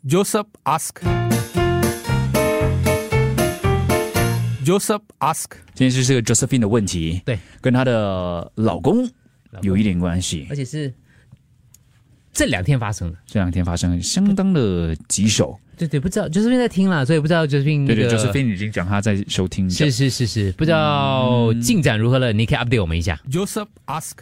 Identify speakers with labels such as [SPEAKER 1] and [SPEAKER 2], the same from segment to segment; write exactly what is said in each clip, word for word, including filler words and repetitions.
[SPEAKER 1] Joseph ask Joseph ask
[SPEAKER 2] 今天就是个 Josephine 的问题，
[SPEAKER 3] 对，
[SPEAKER 2] 跟她的老公有一点关系，
[SPEAKER 3] 而且是这两天发生的，
[SPEAKER 2] 这两天发生相当的棘手。
[SPEAKER 3] 对对，不知道 Josephine 在听了，所以不知道 Josephine、那個、
[SPEAKER 2] 对对 Josephine 已经讲他在收听，
[SPEAKER 3] 是是是是，不知道进展如何了，嗯、你可以 update 我们一下。
[SPEAKER 1] Joseph ask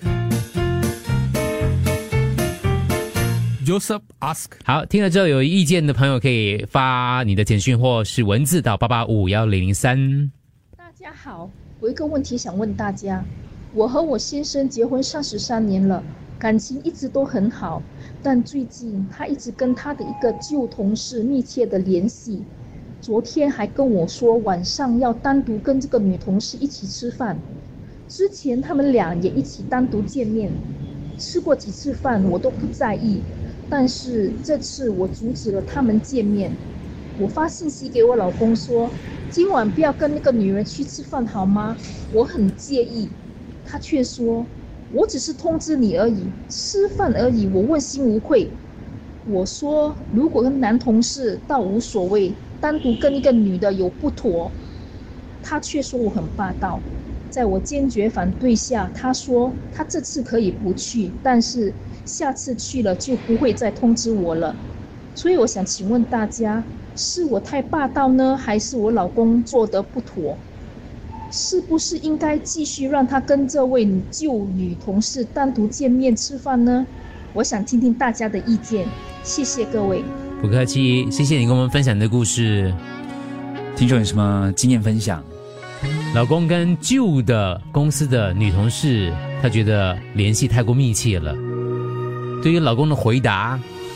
[SPEAKER 1] Joseph ask
[SPEAKER 3] 好，听了之后有意见的朋友可以发你的简讯或是文字到八八五幺零零三。
[SPEAKER 4] 大家好，我有一个问题想问大家，我和我先生结婚三十三年了，感情一直都很好，但最近他一直跟他的一个旧同事密切的联系，昨天还跟我说晚上要单独跟这个女同事一起吃饭，之前他们俩也一起单独见面，吃过几次饭我都不在意，但是这次我阻止了他们见面。我发信息给我老公说，今晚不要跟那个女人去吃饭好吗？我很介意。他却说，我只是通知你而已，吃饭而已，我问心无愧。我说，如果跟男同事倒无所谓，单独跟一个女的有不妥。他却说我很霸道。在我坚决反对下，他说他这次可以不去，但是下次去了就不会再通知我了。所以我想请问大家，是我太霸道呢，还是我老公做得不妥？是不是应该继续让他跟这位旧女同事单独见面吃饭呢？我想听听大家的意见，谢谢各位。
[SPEAKER 3] 不客气，谢谢你跟我们分享的故事。
[SPEAKER 2] 听众有什么经验分享？
[SPEAKER 3] 老公跟旧的公司的女同事，他觉得联系太过密切了。对于老公的回答，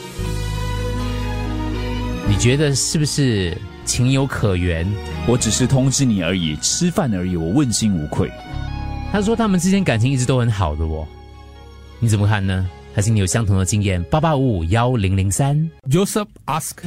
[SPEAKER 3] 你觉得是不是情有可原？
[SPEAKER 2] 我只是通知你而已，吃饭而已，我问心无愧。
[SPEAKER 3] 他说他们之间感情一直都很好的哦，你怎么看呢？还是你有相同的经验？八八五五幺零零三
[SPEAKER 1] Joseph ask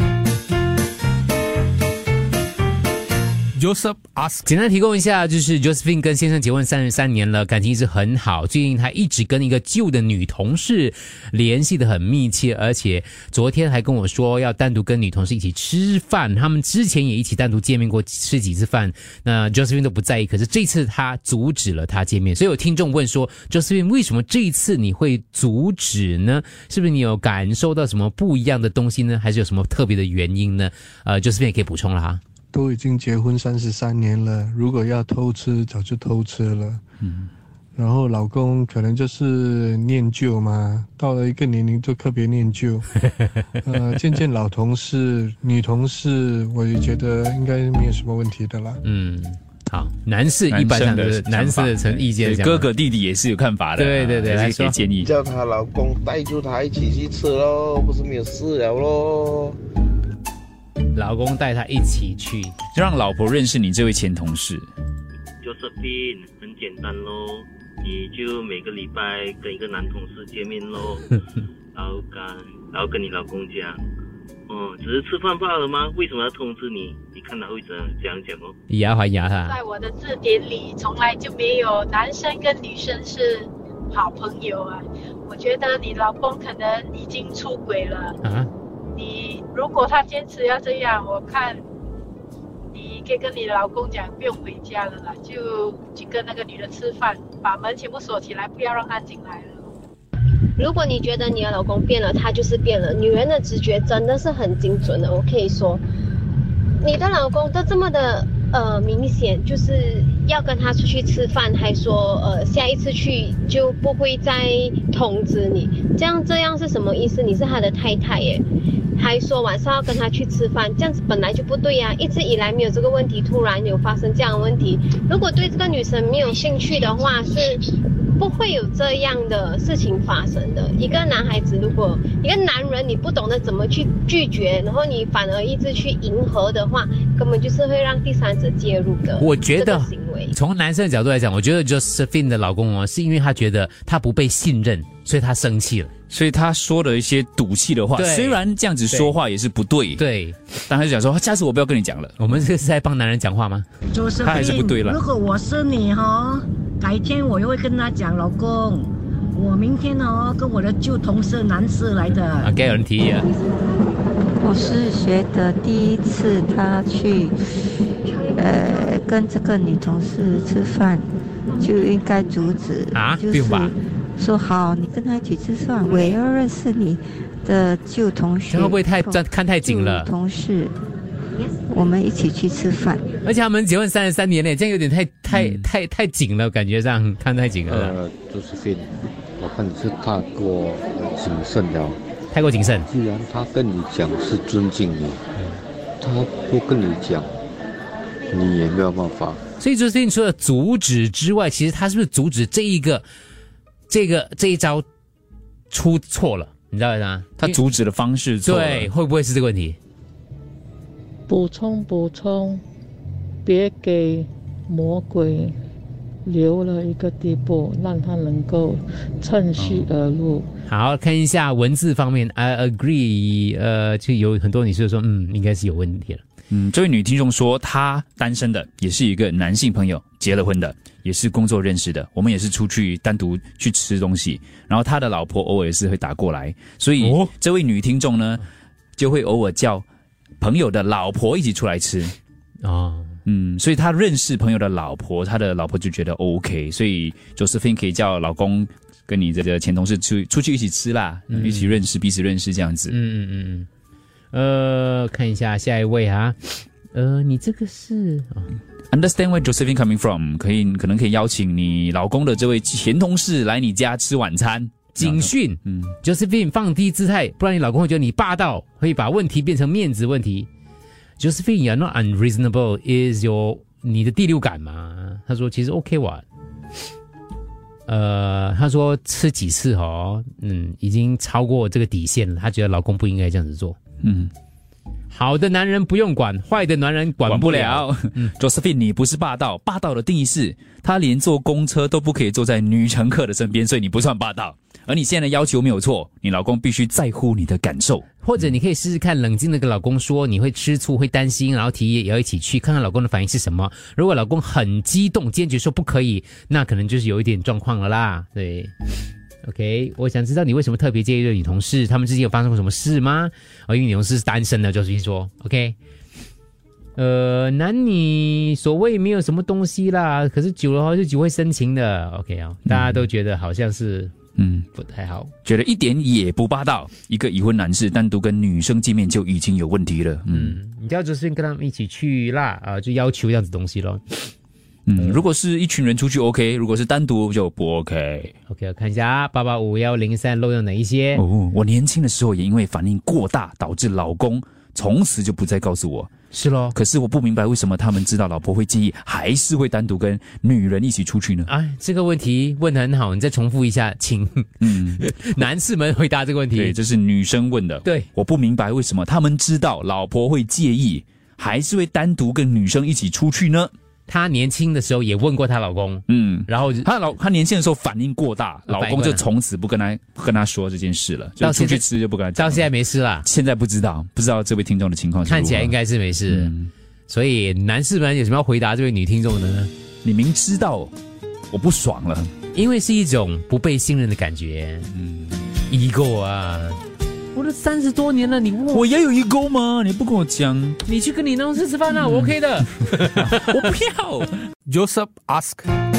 [SPEAKER 1] Joseph ask
[SPEAKER 3] 简单提供一下，就是 Josephine 跟先生结婚三十三年了，感情一直很好。最近他一直跟一个旧的女同事联系得很密切，而且昨天还跟我说要单独跟女同事一起吃饭。他们之前也一起单独见面过，吃几次饭。那 Josephine 都不在意，可是这次他阻止了他见面。所以有听众问说 ，Josephine 为什么这一次你会阻止呢？是不是你有感受到什么不一样的东西呢？还是有什么特别的原因呢？呃 ，Josephine 也可以补充了哈。
[SPEAKER 5] 都已经结婚三十三年了，如果要偷吃，早就偷吃了。嗯，然后老公可能就是念旧嘛，到了一个年龄就特别念旧。呃，见见老同事、女同事，我也觉得应该没有什么问题的啦。
[SPEAKER 3] 嗯，好，男士一般上的男士的成意见，
[SPEAKER 2] 哥哥弟弟也是有看法的。
[SPEAKER 3] 对对对，来
[SPEAKER 2] 给建议，
[SPEAKER 6] 叫她老公带住她一起去吃咯，不是没有事了咯。
[SPEAKER 3] 老公带他一起去，
[SPEAKER 2] 让老婆认识你这位前同事。
[SPEAKER 7] Josephine 很简单咯，你就每个礼拜跟一个男同事见面咯，然后跟然后跟你老公讲，哦，只是吃饭罢了吗？为什么要通知你？你看他会怎样这样讲哦？
[SPEAKER 3] 牙还牙他。
[SPEAKER 8] 在我的字典里，从来就没有男生跟女生是好朋友啊。我觉得你老公可能已经出轨了啊。你如果他坚持要这样，我看你可以跟你老公讲，不用回家了啦，就去跟那个女的吃饭，把门全部锁起来，不要让她进来了。
[SPEAKER 9] 如果你觉得你的老公变了，他就是变了。女人的直觉真的是很精准的，我可以说，你的老公都这么的呃明显，就是要跟他出去吃饭，还说呃下一次去就不会再通知你，这样这样是什么意思？你是他的太太耶。还说晚上要跟他去吃饭，这样子本来就不对呀、啊！一直以来没有这个问题，突然有发生这样的问题。如果对这个女生没有兴趣的话，是不会有这样的事情发生的。一个男孩子，如果一个男人你不懂得怎么去拒绝，然后你反而一直去迎合的话，根本就是会让第三者介入的。
[SPEAKER 3] 我觉得
[SPEAKER 9] 行为
[SPEAKER 3] 从男生的角度来讲，我觉得 Josephine 的老公哦，是因为他觉得他不被信任，所以他生气了。
[SPEAKER 2] 所以他说了一些赌气的话，虽然这样子说话也是不对，
[SPEAKER 3] 对，
[SPEAKER 2] 但他就讲说，下次我不要跟你讲了。
[SPEAKER 3] 我们这是在帮男人讲话吗？
[SPEAKER 2] 他还是不对了。
[SPEAKER 10] 如果我是你哦，改天我又会跟他讲，老公，我明天哦跟我的旧同事男士来的。
[SPEAKER 3] 啊，该有人提议了。
[SPEAKER 11] 我是觉得第一次他去，呃，跟这个女同事吃饭，就应该阻止
[SPEAKER 3] 啊，
[SPEAKER 11] 就是说好，你跟他一起吃饭，我也要认识你的旧同学。
[SPEAKER 3] 会不会太看太紧了？
[SPEAKER 11] 同事，我们一起去吃饭。
[SPEAKER 3] 而且他们结婚三十三年嘞，这样有点太太、嗯、太太紧了，感觉上看太紧了。
[SPEAKER 12] 呃，就是 我看你是太过谨慎了。
[SPEAKER 3] 太过谨慎。
[SPEAKER 12] 既然他跟你讲是尊敬你，他不跟你讲，你也没有办法。
[SPEAKER 3] 所以就是你除了阻止之外，其实他是不是阻止这一个、这个这一招出错了？你知道吗？
[SPEAKER 2] 他阻止的方式错了，
[SPEAKER 3] 对，会不会是这个问题？
[SPEAKER 13] 补充补充，别给魔鬼留了一个地步，让他能够趁虚而入。
[SPEAKER 3] 好，看一下文字方面 ，I agree， 呃，就有很多女士说，嗯，应该是有问题了。
[SPEAKER 2] 嗯，这位女听众说，她单身的，也是一个男性朋友，结了婚的，也是工作认识的，我们也是出去单独去吃东西，然后他的老婆偶尔是会打过来，所以、哦、这位女听众呢，就会偶尔叫朋友的老婆一起出来吃。
[SPEAKER 3] 哦，
[SPEAKER 2] 嗯，所以他认识朋友的老婆，他的老婆就觉得 OK， 所以 Josephine 可以叫老公跟你这个前同事出出去一起吃啦，嗯、一起认识彼此认识这样子。
[SPEAKER 3] 嗯嗯嗯嗯。呃，看一下下一位哈，呃，你这个是、哦、
[SPEAKER 2] Understand where Josephine coming from， 可以可能可以邀请你老公的这位前同事来你家吃晚餐。
[SPEAKER 3] 警讯，嗯 ，Josephine 放低姿态，不然你老公会觉得你霸道，会把问题变成面子问题。Josephine, you're not unreasonable, is your 你的第六感嘛？他说其实 OK 哇。呃，他说吃几次哦，嗯，已经超过这个底线了，他觉得老公不应该这样子做。
[SPEAKER 2] 嗯，
[SPEAKER 3] 好的男人不用管，坏的男人管不了。
[SPEAKER 2] 管不了嗯、Josephine， 你不是霸道，霸道的定义是他连坐公车都不可以坐在女乘客的身边，所以你不算霸道。而你现在的要求没有错，你老公必须在乎你的感受。
[SPEAKER 3] 或者你可以试试看，冷静的跟老公说你会吃醋，会担心，然后提议也要一起去，看看老公的反应是什么。如果老公很激动，坚决说不可以，那可能就是有一点状况了啦。对。OK， 我想知道你为什么特别介意这女同事，他们之间有发生过什么事吗？哦，因为女同事是单身的，就是说 ，OK， 呃，男女所谓没有什么东西啦，可是久了就只会生情的 ，OK 啊、哦，大家都觉得好像是嗯不太好，
[SPEAKER 2] 觉得一点也不霸道，一个已婚男士单独跟女生见面就已经有问题了，嗯，
[SPEAKER 3] 嗯你要就是跟他们一起去啦，啊、呃，就要求这样子东西咯。
[SPEAKER 2] 嗯，如果是一群人出去 OK， 如果是单独就不 OK。
[SPEAKER 3] OK， 我看一下八八五幺零三漏掉哪一些？
[SPEAKER 2] 哦，我年轻的时候也因为反应过大，导致老公从此就不再告诉我。
[SPEAKER 3] 是咯，
[SPEAKER 2] 可是我不明白为什么他们知道老婆会介意，还是会单独跟女人一起出去呢？
[SPEAKER 3] 哎，这个问题问得很好，你再重复一下，请嗯男士们回答这个问题。
[SPEAKER 2] 对，这是女生问的。
[SPEAKER 3] 对，
[SPEAKER 2] 我不明白为什么他们知道老婆会介意，还是会单独跟女生一起出去呢？
[SPEAKER 3] 她年轻的时候也问过她老公，
[SPEAKER 2] 嗯，
[SPEAKER 3] 然后
[SPEAKER 2] 她老她年轻的时候反应过大，老公就从此不跟她不跟她说这件事了，就出去吃就不跟她讲。
[SPEAKER 3] 到现在没事啦，
[SPEAKER 2] 现在不知道，不知道这位听众的情况是如何。
[SPEAKER 3] 看起来应该是没事，嗯、所以男士们有什么要回答这位女听众的呢？
[SPEAKER 2] 你明知道我不爽了，
[SPEAKER 3] 因为是一种不被信任的感觉，嗯 ，ego 啊。我都三十多年了，你问我，
[SPEAKER 2] 我也有ego吗？你不跟我讲，
[SPEAKER 3] 你去跟你同事吃饭啊，嗯、我 OK 的，
[SPEAKER 2] 我不要。
[SPEAKER 1] Joseph ask.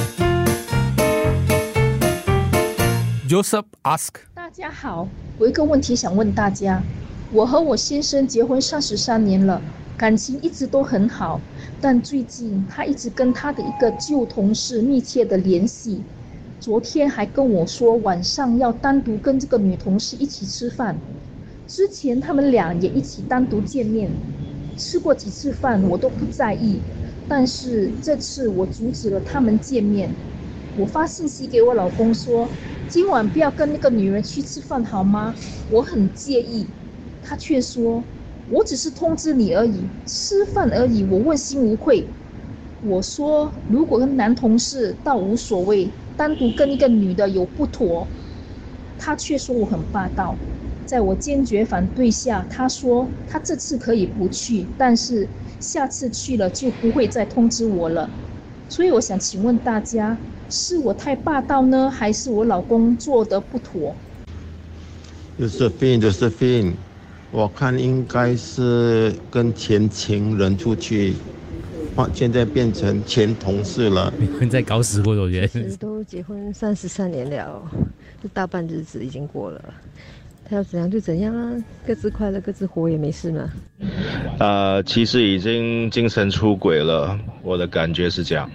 [SPEAKER 1] Joseph ask.
[SPEAKER 4] 大家好，我有一个问题想问大家，我和我先生结婚三十三年了，感情一直都很好，但最近他一直跟他的一个旧同事密切的联系，昨天还跟我说晚上要单独跟这个女同事一起吃饭。之前他们俩也一起单独见面，吃过几次饭我都不在意，但是这次我阻止了他们见面。我发信息给我老公说，今晚不要跟那个女人去吃饭好吗？我很介意。他却说，我只是通知你而已，吃饭而已，我问心无愧。我说，如果跟男同事倒无所谓，单独跟一个女的有不妥。他却说我很霸道。在我坚决反对下，他说他这次可以不去，但是下次去了就不会再通知我了。所以我想请问大家，是我太霸道呢，还是我老公做得不妥？
[SPEAKER 12] Josephine, Josephine，
[SPEAKER 6] 我看应该是跟前情人出去，现在变成前同事了。
[SPEAKER 3] 你们在搞死我，我觉得。
[SPEAKER 14] 其实都结婚三十三年了，这大半日子已经过了。他要怎样就怎样啊，各自快乐各自活也没事嘛。
[SPEAKER 15] 呃，其实已经精神出轨了，我的感觉是这样。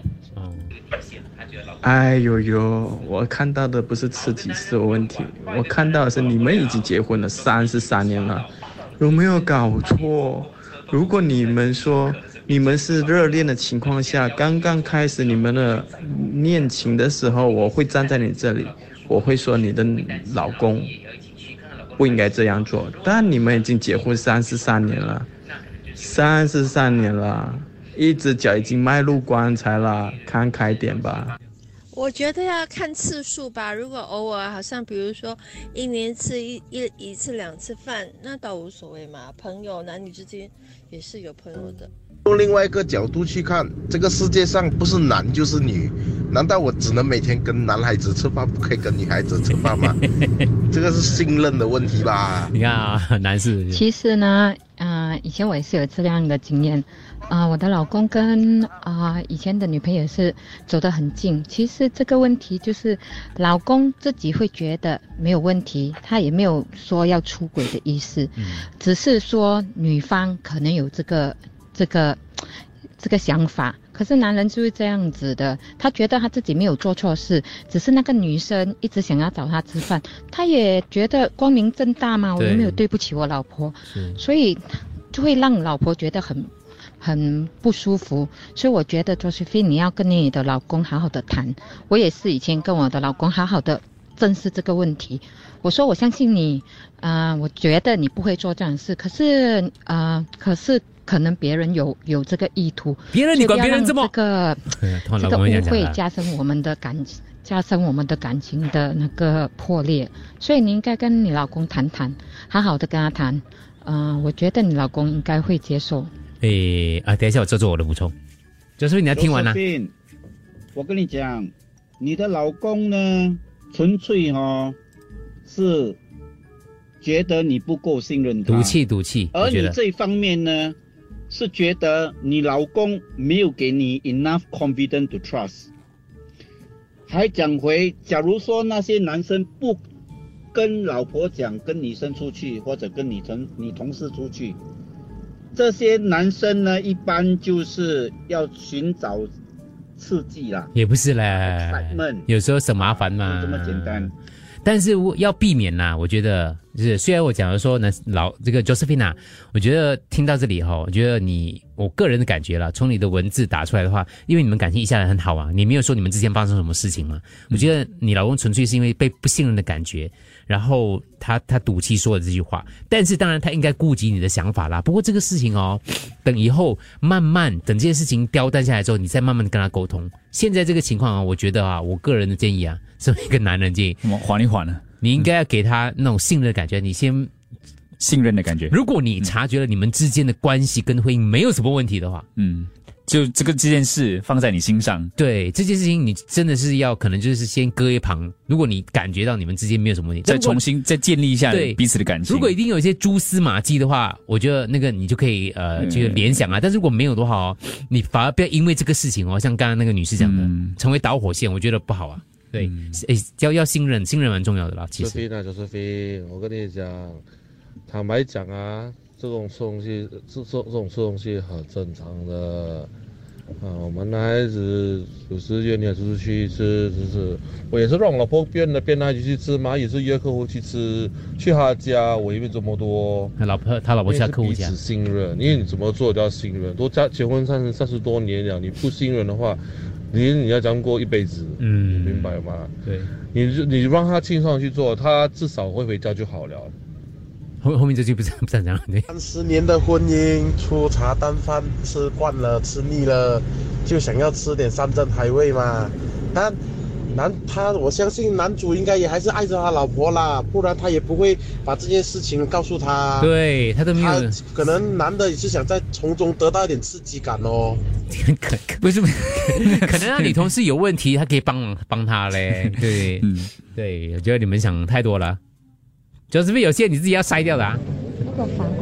[SPEAKER 16] 哎呦呦，我看到的不是吃几次的问题，我看到的是你们已经结婚了三十三年了，有没有搞错？如果你们说你们是热恋的情况下，刚刚开始你们的恋情的时候，我会站在你这里，我会说你的老公不应该这样做。但你们已经结婚三十三年了，三十三年了，一只脚已经迈入棺材了，看开点吧。
[SPEAKER 17] 我觉得要看次数吧，如果偶尔好像比如说一年吃一一一次两次饭，那倒无所谓嘛。朋友男女之间也是有朋友的。
[SPEAKER 6] 用另外一个角度去看，这个世界上不是男就是女，难道我只能每天跟男孩子吃饭，不可以跟女孩子吃饭吗？这个是信任的问题吧？
[SPEAKER 3] 你看啊，男士。
[SPEAKER 18] 其实呢，呃，以前我也是有这样的经验。啊、呃，我的老公跟啊、呃、以前的女朋友是走得很近。其实这个问题就是老公自己会觉得没有问题，他也没有说要出轨的意思，嗯、只是说女方可能有这个这个这个想法。可是男人就是这样子的，他觉得他自己没有做错事，只是那个女生一直想要找他吃饭，他也觉得光明正大嘛，我又没有对不起我老婆，所以就会让老婆觉得很。很不舒服，所以我觉得 Josephine 你要跟你的老公好好的谈。我也是以前跟我的老公好好的正视这个问题。我说我相信你，啊、呃，我觉得你不会做这样的事，可是啊、呃，可是可能别人有有这个意图，
[SPEAKER 3] 别人你管别人这么
[SPEAKER 18] 这个这个误会加深我们的感加深我们的感情的那个破裂，所以你应该跟你老公谈谈，好好的跟他谈。嗯、呃，我觉得你老公应该会接受。
[SPEAKER 3] 诶啊，等一下我做做我的补充，就是你要听完了、啊。
[SPEAKER 19] 我跟你讲，你的老公呢，纯粹哦是觉得你不够信任他，
[SPEAKER 3] 赌气赌气。
[SPEAKER 19] 而你这一方面呢，是觉得你老公没有给你 enough confidence to trust。还讲回，假如说那些男生不跟老婆讲，跟女生出去，或者跟你同你同事出去。这些男生呢，一般就是要寻找刺激啦，
[SPEAKER 3] 也不是啦，有时候省麻烦嘛，
[SPEAKER 19] 这么简单。
[SPEAKER 3] 但是要避免啦，我觉得就是虽然我讲的说呢，老这个 Josephine， 我觉得听到这里哈，我觉得你我个人的感觉啦，从你的文字打出来的话，因为你们感情一向来很好啊，你没有说你们之间发生什么事情嘛，我觉得你老公纯粹是因为被不信任的感觉。然后他他赌气说了这句话，但是当然他应该顾及你的想法啦。不过这个事情哦，等以后慢慢等这件事情凋淡下来之后，你再慢慢的跟他沟通。现在这个情况啊，我觉得啊，我个人的建议啊，身为一个男人建议，
[SPEAKER 2] 缓一缓呢，
[SPEAKER 3] 你应该要给他那种信任的感觉，你先
[SPEAKER 2] 信任的感觉。
[SPEAKER 3] 如果你察觉了你们之间的关系跟婚姻没有什么问题的话，
[SPEAKER 2] 嗯。就这个这件事放在你心上，
[SPEAKER 3] 对这件事情你真的是要可能就是先搁一旁。如果你感觉到你们之间没有什么问题，
[SPEAKER 2] 再重新再建立一下彼此的感情。
[SPEAKER 3] 如果一定有一些蛛丝马迹的话，我觉得那个你就可以呃就联想啊。但是如果没有的话哦，你反而不要因为这个事情哦，像刚刚那个女士讲的，嗯、成为导火线，我觉得不好啊。对，嗯、要要信任，信任蛮重要的啦。其实，
[SPEAKER 6] 就是就是飞，我跟你讲，坦白讲啊。这种吃东西，这这这种吃东西很正常的，啊，我们男孩子有时约你出去吃，就是我也是让我老婆变了变来去吃嘛，也是约客户去吃，去他家，我也没这么多。
[SPEAKER 3] 他老婆他老婆去他客户家，
[SPEAKER 6] 彼此信任，因为你怎么做都要信任，都家结婚三十三十多年了，你不信任的话，你你要这样过一辈子，嗯，明白吗？
[SPEAKER 3] 对，
[SPEAKER 6] 你你让他轻松去做，他至少会回家就好了。
[SPEAKER 3] 后后面这句不是不是这样的。
[SPEAKER 20] 三十年的婚姻，粗茶淡饭吃惯了，吃腻了，就想要吃点山珍海味嘛。他男他，我相信男主应该也还是爱着他老婆啦，不然他也不会把这件事情告诉他。
[SPEAKER 3] 对，他都没有。
[SPEAKER 20] 他可能男的也是想在从中得到一点刺激感哦。
[SPEAKER 3] 可不是，可能那女同事有问题，他可以帮帮他嘞。对，嗯，对，我觉得你们想太多了。就是不是有些你自己要筛掉的啊？
[SPEAKER 21] 如果房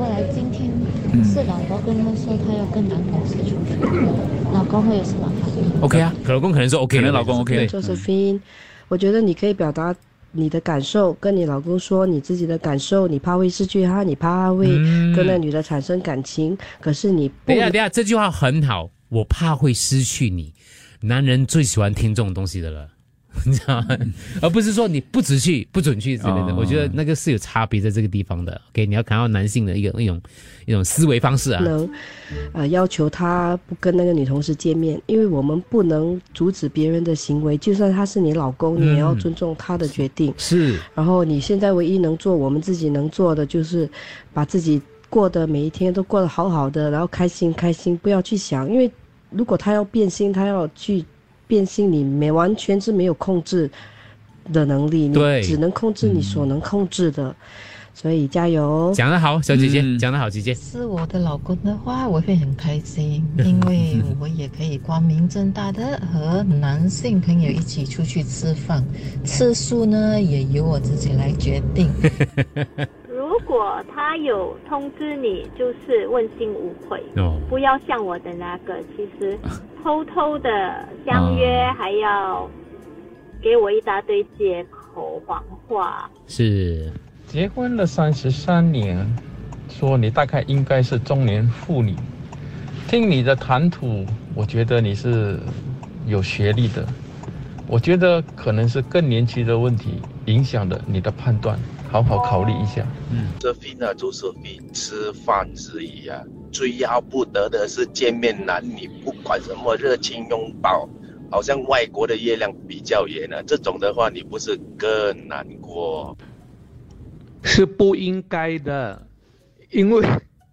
[SPEAKER 21] 是老婆跟他说他要跟男同事出去，老公会有什么反应
[SPEAKER 3] ？OK 啊，老公可能说 OK，
[SPEAKER 2] 可能老公 OK。
[SPEAKER 22] Josephine， 我觉得你可以表达你的感受，跟你老公说你自己的感受，你怕会失去他，你怕他会跟那女的产生感情，嗯、可是你不
[SPEAKER 3] 等一下等一下，这句话很好，我怕会失去你，男人最喜欢听这种东西的了。你知道吗？而不是说你不准去、不准去之类的。哦、我觉得那个是有差别在这个地方的。OK， 你要看到男性的一个一种一种思维方式啊。
[SPEAKER 22] 能，呃，要求他不跟那个女同事见面，因为我们不能阻止别人的行为，就算他是你老公，嗯、你也要尊重他的决定。
[SPEAKER 3] 是。
[SPEAKER 22] 然后你现在唯一能做，我们自己能做的就是把自己过得每一天都过得好好的，然后开心开心，不要去想，因为如果他要变心，他要去。变心，你没完全是没有控制的能力，你只能控制你所能控制的，嗯、所以加油！
[SPEAKER 3] 讲得好，小姐姐，讲、嗯、得好，姐姐。
[SPEAKER 23] 是我的老公的话，我会很开心，因为我也可以光明正大的和男性朋友一起出去吃饭，次数呢也由我自己来决定。
[SPEAKER 24] 如果他有通知你，就是问心无愧，哦、不要像我的那个，其实偷偷的相约，哦、还要给我一大堆借口谎话。
[SPEAKER 3] 是，
[SPEAKER 16] 结婚了三十三年，说你大概应该是中年妇女，听你的谈吐，我觉得你是有学历的，我觉得可能是更年期的问题影响了你的判断。好好考虑一下。
[SPEAKER 25] 嗯，这fin啊，就是比吃饭而已啊，最要不得的是见面男女不管什么热情拥抱，好像外国的月亮比较圆啊，这种的话你不是更难过？
[SPEAKER 26] 是不应该的，因为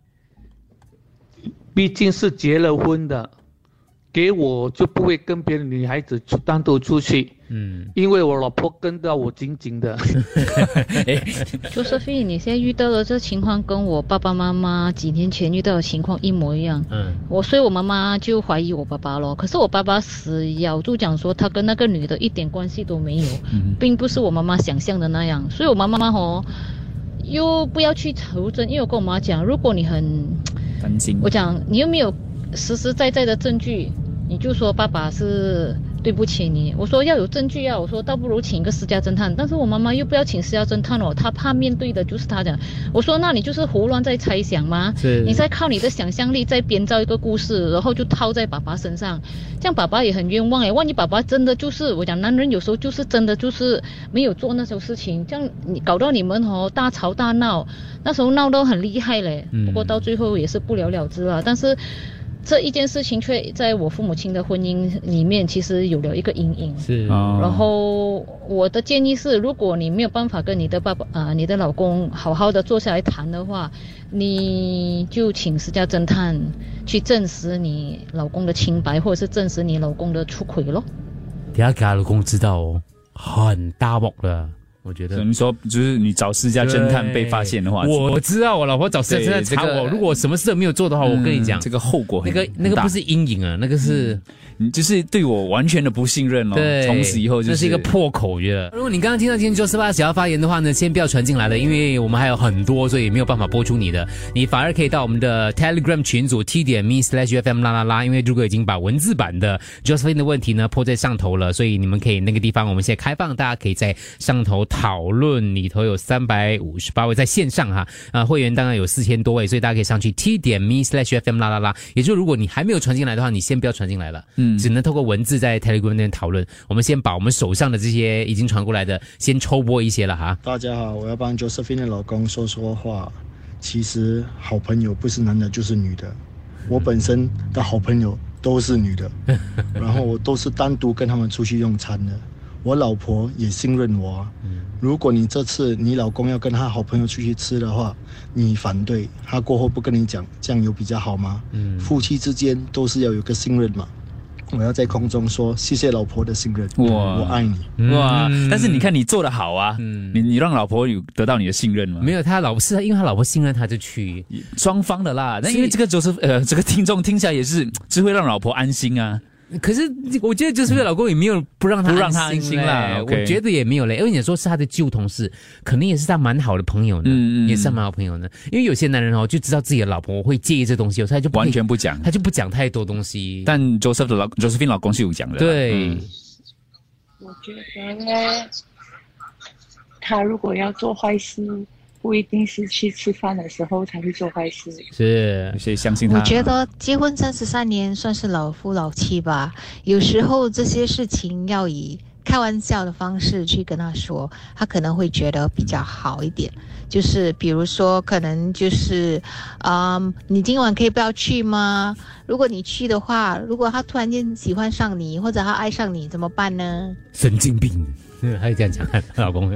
[SPEAKER 26] 毕竟是结了婚的，给我就不会跟别的女孩子单独出去。嗯，因为我老婆跟到我紧紧的。
[SPEAKER 18] Josephine， 你现在遇到的这情况跟我爸爸妈妈几年前遇到的情况一模一样。嗯，我所以我妈妈就怀疑我爸爸咯。可是我爸爸死咬住讲说他跟那个女的一点关系都没有，嗯、并不是我妈妈想象的那样。所以我妈妈吼又不要去求证，因为我跟我妈讲，如果你很
[SPEAKER 2] 担心，
[SPEAKER 18] 我讲你又没有实实在在的证据，你就说爸爸是对不起你。我说要有证据啊，我说倒不如请一个私家侦探。但是我妈妈又不要请私家侦探哦，她怕面对的就是她讲。我说那你就是胡乱在猜想吗？你在靠你的想象力在编造一个故事，然后就套在爸爸身上，这样爸爸也很冤枉诶。万一爸爸真的就是我讲，男人有时候就是真的就是没有做那种事情，这样你搞到你们哦大吵大闹，那时候闹得很厉害嘞。不过到最后也是不了了之了。但是这一件事情却在我父母亲的婚姻里面其实有了一个阴影。是，然后我的建议是，如果你没有办法跟你的爸爸啊、呃、你的老公好好的坐下来谈的话，你就请私家侦探去证实你老公的清白，或者是证实你老公的出轨咯。
[SPEAKER 3] 等下给他老公知道哦，很大幕了。我觉得
[SPEAKER 2] 你说就是你找私家侦探被发现的话，
[SPEAKER 3] 我知道我老婆找私家侦探查我，这个、如果什么事都没有做的话，嗯、我跟你讲，
[SPEAKER 2] 这个后果很大。
[SPEAKER 3] 那个那个不是阴影啊，那个是。嗯
[SPEAKER 2] 你就是对我完全的不信任哦，
[SPEAKER 3] 对，
[SPEAKER 2] 从此以后就是、
[SPEAKER 3] 那是一个破口，我觉得。如果你刚刚听到今天九四八想要发言的话呢，先不要传进来了，因为我们还有很多，所以没有办法播出你的。你反而可以到我们的 Telegram 群组 t 点 me slash fm 啦啦啦，因为如果已经把文字版的 Josephine 的问题呢泼在上头了，所以你们可以那个地方我们现在开放，大家可以在上头讨论。里头有三百五十八位在线上哈，啊、呃，会员当然有四千多位，所以大家可以上去 t 点 me slash fm 啦啦啦。也就是如果你还没有传进来的话，你先不要传进来了，嗯，只能透过文字在 Telegram 那边讨论。我们先把我们手上的这些已经传过来的先抽播一些了哈。
[SPEAKER 27] 大家好，我要帮 Josephine 的老公说说话。其实好朋友不是男的就是女的，我本身的好朋友都是女的，然后我都是单独跟他们出去用餐的。我老婆也信任我啊。如果你这次你老公要跟他好朋友出去吃的话，你反对，他过后不跟你讲，这样有比较好吗？嗯，夫妻之间都是要有个信任嘛。我要在空中说谢谢老婆的信任，哇，我爱你，
[SPEAKER 2] 哇！嗯、但是你看你做得好啊，嗯、你你让老婆有得到你的信任吗？
[SPEAKER 3] 没有，他老婆是因为他老婆信任他就去
[SPEAKER 2] 双方的啦。那因为这个就是呃，这个听众听起来也是只会让老婆安心啊。
[SPEAKER 3] 可是我觉得就是老公也没有不让他
[SPEAKER 2] 不让他安心啦。
[SPEAKER 3] 我觉得也没有嘞，因为你说是他的旧同事，可能也是他蛮好的朋友呢，嗯嗯也是他蛮好朋友呢。因为有些男人哦就知道自己的老婆会介意这东西，他就
[SPEAKER 2] 完全不讲，
[SPEAKER 3] 他就不讲太多东西。
[SPEAKER 2] 但 Joseph 的老 Josephine 老公是有讲的，
[SPEAKER 3] 对。
[SPEAKER 5] 嗯、我觉得呢，他如果要做坏事。不一定是去吃饭的时候才会做坏事，
[SPEAKER 3] 是
[SPEAKER 2] 谁相信他？
[SPEAKER 7] 我觉得结婚三十三年算是老夫老妻吧，有时候这些事情要以开玩笑的方式去跟他说，他可能会觉得比较好一点。就是比如说，可能就是，嗯，你今晚可以不要去吗？如果你去的话，如果他突然间喜欢上你，或者他爱上你，怎么办呢？
[SPEAKER 3] 神经病，还这样讲，老公。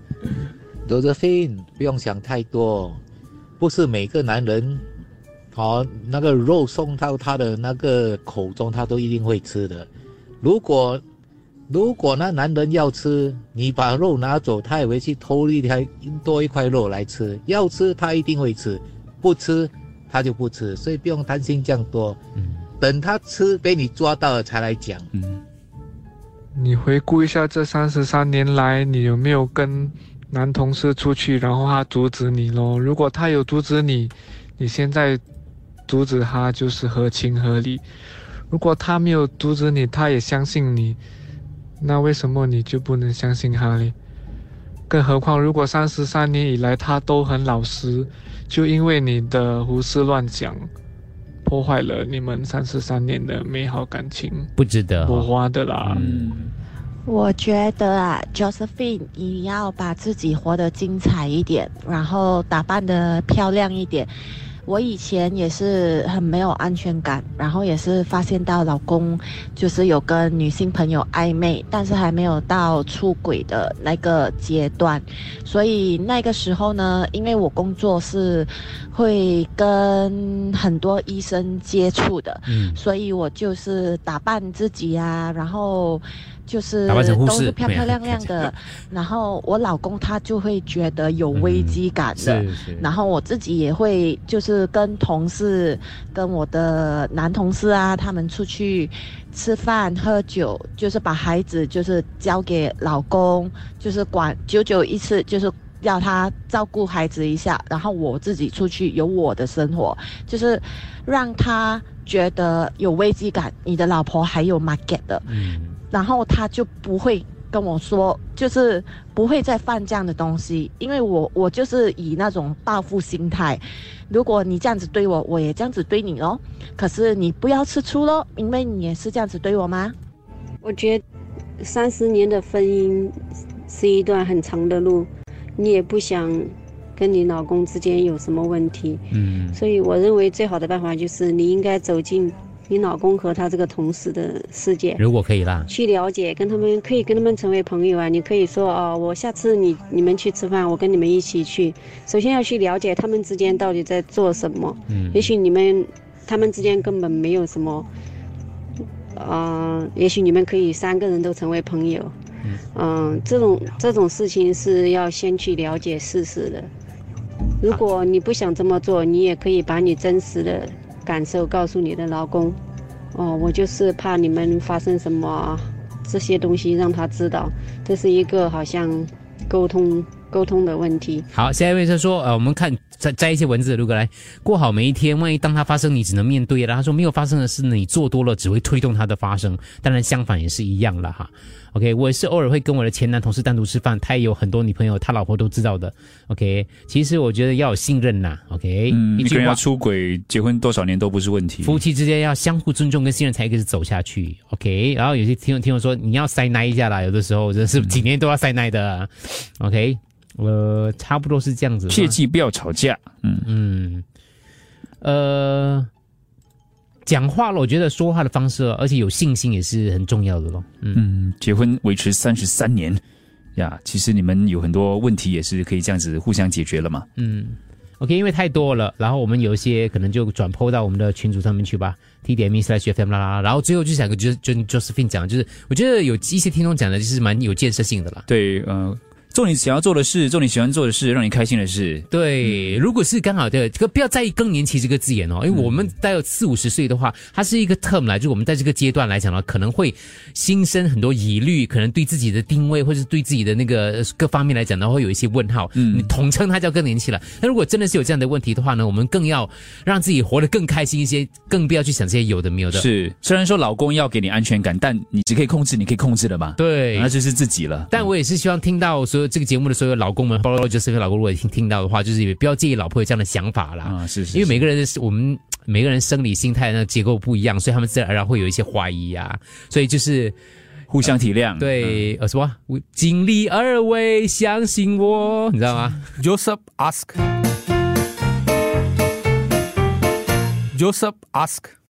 [SPEAKER 8] Josephine 不用想太多，不是每个男人，哦，那个肉送到他的那个口中，他都一定会吃的。如果如果那男人要吃，你把肉拿走，他也会去偷一条多一块肉来吃。要吃他一定会吃，不吃他就不吃，所以不用担心这样多。嗯，等他吃被你抓到了才来讲。
[SPEAKER 9] 嗯，你回顾一下这三十三年来，你有没有跟男同事出去，然后他阻止你咯？如果他有阻止你，你现在阻止他就是合情合理。如果他没有阻止你，他也相信你，那为什么你就不能相信他呢？更何况，如果三十三年以来他都很老实，就因为你的胡思乱想，破坏了你们三十三年的美好感情，
[SPEAKER 3] 不值得，
[SPEAKER 9] 不花的啦。 嗯。
[SPEAKER 23] 我觉得啊 ，Josephine， 你要把自己活得精彩一点，然后打扮得漂亮一点。我以前也是很没有安全感，然后也是发现到老公就是有跟女性朋友暧昧，但是还没有到出轨的那个阶段。所以那个时候呢，因为我工作是会跟很多医生接触的，嗯，所以我就是打扮自己啊，然后就是都是漂漂亮亮的，然后我老公他就会觉得有危机感的，嗯、然后我自己也会就是跟同事、跟我的男同事啊，他们出去吃饭喝酒，就是把孩子就是交给老公，就是管久久一次，就是要他照顾孩子一下，然后我自己出去有我的生活，就是让他觉得有危机感，你的老婆还有 market 的，嗯，然后他就不会跟我说，就是不会再犯这样的东西，因为我我就是以那种报复心态，如果你这样子对我，我也这样子对你咯，可是你不要吃醋咯，因为你也是这样子对我吗？
[SPEAKER 10] 我觉得三十年的婚姻是一段很长的路，你也不想跟你老公之间有什么问题，嗯，所以我认为最好的办法就是你应该走进你老公和他这个同事的世界，
[SPEAKER 3] 如果可以啦，
[SPEAKER 10] 去了解，跟他们可以跟他们成为朋友啊。你可以说哦，我下次你你们去吃饭，我跟你们一起去。首先要去了解他们之间到底在做什么，嗯，也许你们他们之间根本没有什么，呃，也许你们可以三个人都成为朋友，嗯、呃，这种这种事情是要先去了解事实的。如果你不想这么做，你也可以把你真实的感受告诉你的老公，哦，我就是怕你们发生什么这些东西，让他知道，这是一个好像沟通沟通的问题。
[SPEAKER 3] 好，下一位是说，呃，我们看摘摘一些文字，如果来过好每一天，万一当它发生，你只能面对了。他说没有发生的事呢，你做多了只会推动它的发生，当然相反也是一样了哈。OK， 我也是偶尔会跟我的前男同事单独吃饭，他也有很多女朋友，他老婆都知道的。OK， 其实我觉得要有信任呐。OK，
[SPEAKER 2] 嗯，一个人要出轨，结婚多少年都不是问题。
[SPEAKER 3] 夫妻之间要相互尊重跟信任，才可以走下去。OK， 然后有些听众听我说，你要塞奶一下啦，有的时候真是几年都要塞奶的。OK， 呃，差不多是这样子。
[SPEAKER 2] 切记不要吵架。嗯
[SPEAKER 3] 嗯，呃。讲话了，我觉得说话的方式，而且有信心也是很重要的咯。
[SPEAKER 2] 嗯，嗯结婚维持三十三年呀，其实你们有很多问题也是可以这样子互相解决了嘛。
[SPEAKER 3] 嗯 ，OK， 因为太多了，然后我们有一些可能就转 po 到我们的群组上面去吧 ，T D M E slash F M 啦啦。然后最后就想个就是就 Josephine 讲，就是我觉得有一些听众讲的就是蛮有建设性的啦。
[SPEAKER 2] 对，呃。 做你想要做的事，做你喜欢做的事，让你开心的事。
[SPEAKER 3] 对，如果是刚好的，这个不要在意更年期这个字眼哦，因为我们大概四五十岁的话，它是一个 term 来，就我们在这个阶段来讲呢，可能会心生很多疑虑，可能对自己的定位或者是对自己的那个各方面来讲呢，会有一些问号。嗯，你统称它叫更年期了。那如果真的是有这样的问题的话呢，我们更要让自己活得更开心一些，更不要去想这些有的没有的。
[SPEAKER 2] 是，虽然说老公要给你安全感，但你只可以控制你可以控制的嘛。
[SPEAKER 3] 对，
[SPEAKER 2] 那就是自己了。
[SPEAKER 3] 但我也是希望听到所有这个节目的所有老公们，包括就是老公如果听听到的话，就是也不要介意老婆有这样的想法啦。
[SPEAKER 2] 啊，是 是, 是，
[SPEAKER 3] 因为每个人的我们每个人生理心态那结构不一样，所以他们自然而然会有一些怀疑啊，所以就是
[SPEAKER 2] 互相体谅。
[SPEAKER 3] 对，呃，什么？尽力而为，相信我，你知道吗
[SPEAKER 1] ？Joseph ask. Joseph ask.